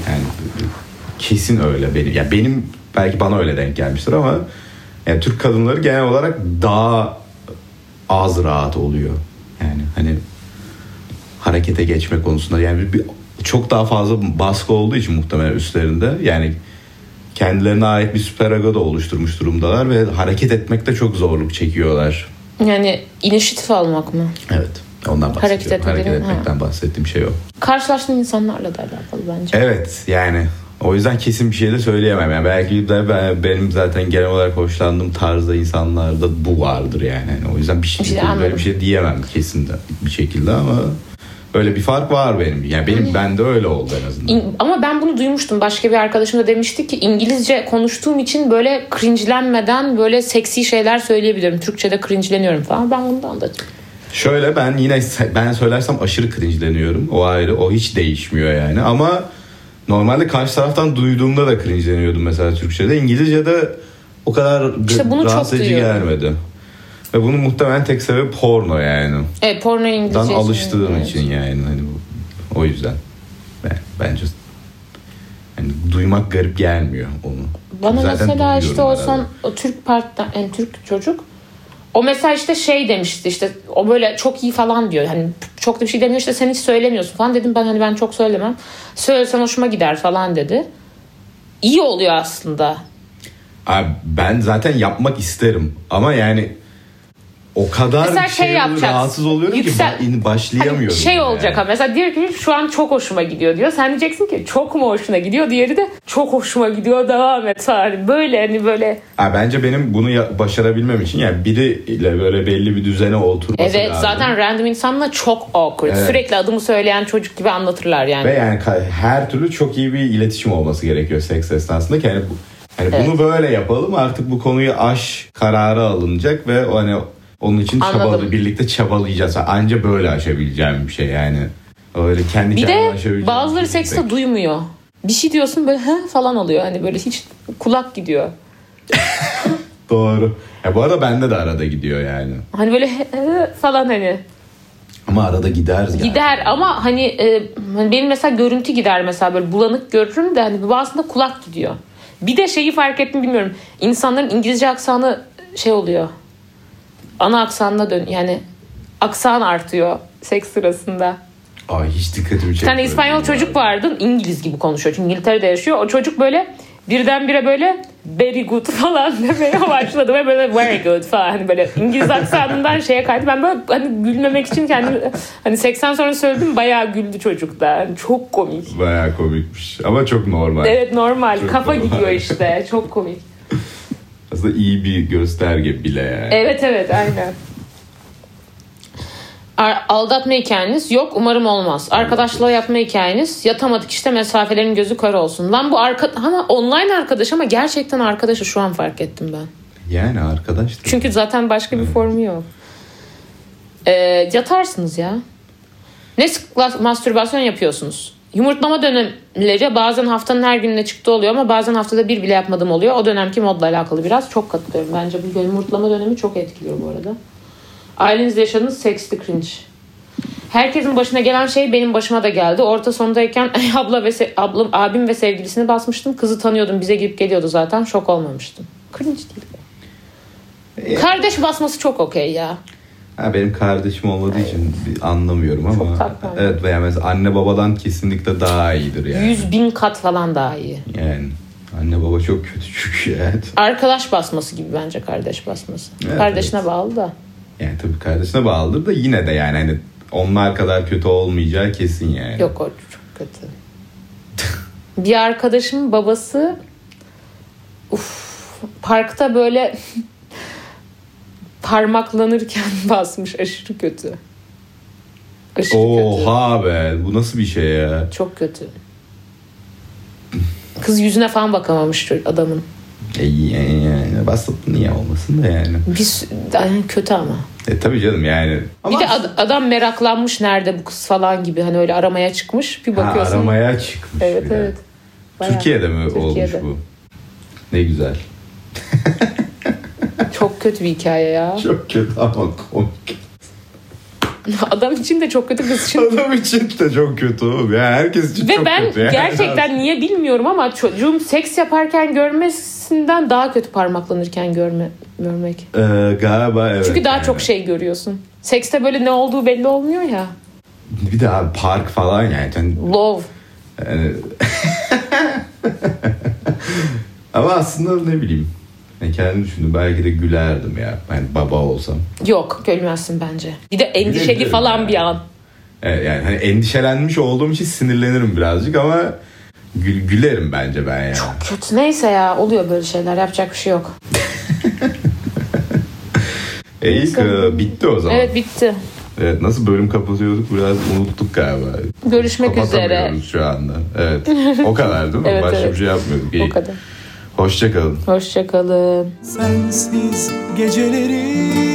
kesin öyle benim. Yani benim belki bana öyle denk gelmiştir ama yani Türk kadınları genel olarak daha az rahat oluyor. Yani hani harekete geçme konusunda yani bir, çok daha fazla baskı olduğu için muhtemelen üstlerinde yani kendilerine ait bir süperago da oluşturmuş durumdalar ve hareket etmekte çok zorluk çekiyorlar. Yani inisiyatif almak mı? Evet. Ondan bahsediyorum. Hareket, hareket etmekten ha. bahsettiğim şey o. Karşılaştığın insanlarla da alakalı bence. Evet yani o yüzden kesin bir şey de söyleyemem. Yani belki de ben, benim zaten genel olarak hoşlandığım tarzda insanlarda bu vardır yani. yani o yüzden bir şey, bir şey böyle bir şey diyemem kesin de bir şekilde ama öyle bir fark var benim. Yani benim yani, bende öyle oldu en azından. İn, ama ben bunu duymuştum. Başka bir arkadaşım da demişti ki İngilizce konuştuğum için böyle cringe'lenmeden böyle seksi şeyler söyleyebilirim. Türkçe'de cringe'leniyorum falan. Ben bunu da anladım. Şöyle ben yine ben söylersem aşırı cringe'leniyorum. O ayrı. O hiç değişmiyor yani. Ama normalde karşı taraftan duyduğumda da cringe'leniyordum mesela Türkçe'de. İngilizce'de o kadar İşte bunu rahatsız çok edici duyuyorum. gelmedi. Ve bunun muhtemelen tek sebebi porno yani. Evet, porno İngilizce. Dan alıştığım evet. için yani hani bu, o yüzden ben, bence yani duymak garip gelmiyor onu. Bana Zaten mesela işte o herhalde. son o Türk partiden yani Türk çocuk o mesela işte şey demişti işte o böyle çok iyi falan diyor. Hani çok da bir şey demiyor işte sen hiç söylemiyorsun falan dedim ben hani ben çok söylemem. Söylesen hoşuma gider falan dedi. İyi oluyor aslında. Abi ben zaten yapmak isterim ama yani o kadar Mesela şey, şey oluyor, yapacaksın. rahatsız oluyorum Yüksel- ki ba- başlayamıyorum. Hani şey yani. olacak ha mesela diyor ki şu an çok hoşuma gidiyor diyor. Sen diyeceksin ki çok mu hoşuna gidiyor? Diğeri de çok hoşuma gidiyor devam et. Hani böyle hani böyle. Ha, bence benim bunu ya- başarabilmem için yani biriyle böyle belli bir düzene oturması Evet lazım. zaten random insanla çok awkward. Evet. Sürekli adımı söyleyen çocuk gibi anlatırlar yani. Ve yani ka- her türlü çok iyi bir iletişim olması gerekiyor seks esnasında ki hani, bu, hani Evet. bunu böyle yapalım artık bu konuyu aş kararı alınacak ve o hani onun için Anladım. çabalı birlikte çabalayacağız. Anca böyle aşabileceğim bir şey yani. Öyle kendi Bir kendine de aşabileceğim bazıları bir şey sekste pek. duymuyor. Bir şey diyorsun böyle he falan oluyor. Hani böyle hiç kulak gidiyor. Doğru. Ya bu arada bende de arada gidiyor yani. Hani böyle he, he falan hani. Ama arada gider yani. Gider ama hani, e, hani benim mesela görüntü gider mesela böyle bulanık görürüm de hani bazısında kulak gidiyor. Bir de şeyi fark ettim bilmiyorum. İnsanların İngilizce aksanı şey oluyor. Ana aksanına dön yani aksan artıyor seks sırasında. Ay hiç dikkatimi çekmedi. Bir tane İspanyol çocuk vardı. İngiliz gibi konuşuyor. Çünkü İngiltere'de yaşıyor. O çocuk böyle birdenbire böyle very good falan demeye başladı. Ve böyle very good falan. Hani böyle İngiliz aksanından şeye kaydı. Ben böyle hani gülmemek için kendimi hani seksen sonra söyledim. Bayağı güldü çocuk da. Yani çok komik. Bayağı komikmiş. Ama çok normal. Evet normal. Çok Kafa normal. gidiyor işte. Çok komik. Aslında iyi bir gösterge bile yani. Evet evet aynen. Aldatma hikayeniz yok umarım olmaz. Arkadaşlığa yapma hikayeniz yatamadık işte mesafelerin gözü kör olsun. Lan bu arka ama online arkadaş ama gerçekten arkadaşı şu an fark ettim ben. Yani arkadaş. Çünkü zaten başka bir formu yok. Ee, yatarsınız ya. Ne sıklıkla mastürbasyon yapıyorsunuz? Yumurtlama dönemleri bazen haftanın her gününe çıktı oluyor ama bazen haftada bir bile yapmadığım oluyor. O dönemki modla alakalı biraz. Çok katılıyorum. Bence bu yumurtlama dönemi çok etkiliyor bu arada. Ailenizde yaşadığınız seksli cringe. Herkesin başına gelen şey benim başıma da geldi. Orta sondayken abla ve se- ablam, abim ve sevgilisini basmıştım. Kızı tanıyordum. Bize girip geliyordu zaten. Şok olmamıştım. Cringe değil. E, Kardeş basması çok okey ya. Ha, benim kardeşim olmadığı için bir anlamıyorum ama. Çok tatlı. Evet veya mesela anne babadan kesinlikle daha iyidir yani. Yüz bin kat falan daha iyi. Yani anne baba çok kötü çünkü evet. Arkadaş basması gibi bence kardeş basması. Evet, Kardeşine evet. bağlı da. Yani tabii kardeşine bağlıdır da yine de yani hani onlar kadar kötü olmayacağı kesin yani. Yok o çok kötü. Bir arkadaşımın babası uf, parkta böyle parmaklanırken basmış. Aşırı kötü. Aşırı kötü. Oha be bu nasıl bir şey ya? Çok kötü. Kız yüzüne falan bakamamış adamın. E, yani, yani basit niye olmasın da yani. Bir, yani kötü ama. E tabii canım yani. Ama Bir de ad- adam meraklanmış nerede bu kız falan gibi. Hani öyle aramaya çıkmış. Bir ha, bakıyorsun. aramaya çıkmış. Evet bir de. evet. Bayağı. Türkiye'de mi Türkiye'de. olmuş bu? Ne güzel. Çok kötü bir hikaye ya. Çok kötü ama komik. Adam için de çok kötü, kız için. Adam için de çok kötü oğlum. Ya herkes için Ve çok ben kötü. Yani. gerçekten niye bilmiyorum ama çocuğum seks yaparken görmesinden daha kötü parmaklanırken görme, görmek. Ee, galiba evet. Çünkü daha yani. çok şey görüyorsun. Sekste böyle ne olduğu belli olmuyor ya. Bir de abi park falan yani. yani, Love. yani... Ama aslında ne bileyim. Yani kendim düşündüm. Belki de gülerdim ya. Yani baba olsam. Yok gülmezsin bence. Bir de endişeli Gülebilirim falan yani. bir an. Evet, yani hani endişelenmiş olduğum için sinirlenirim birazcık ama gül, gülerim bence ben ya. Çok kötü. Neyse ya oluyor böyle şeyler. Yapacak bir şey yok. E ilk e, bitti o zaman. Evet bitti. Evet, nasıl bölüm kapatıyorduk biraz unuttuk galiba. Görüşmek üzere. Kapatamıyoruz şu anda. Evet. O kadar değil mi? Evet, Başka evet. bir şey yapmıyorduk. İyi. O kadar. Hoşça kalın. Hoşça kalın. Sensiz geceleri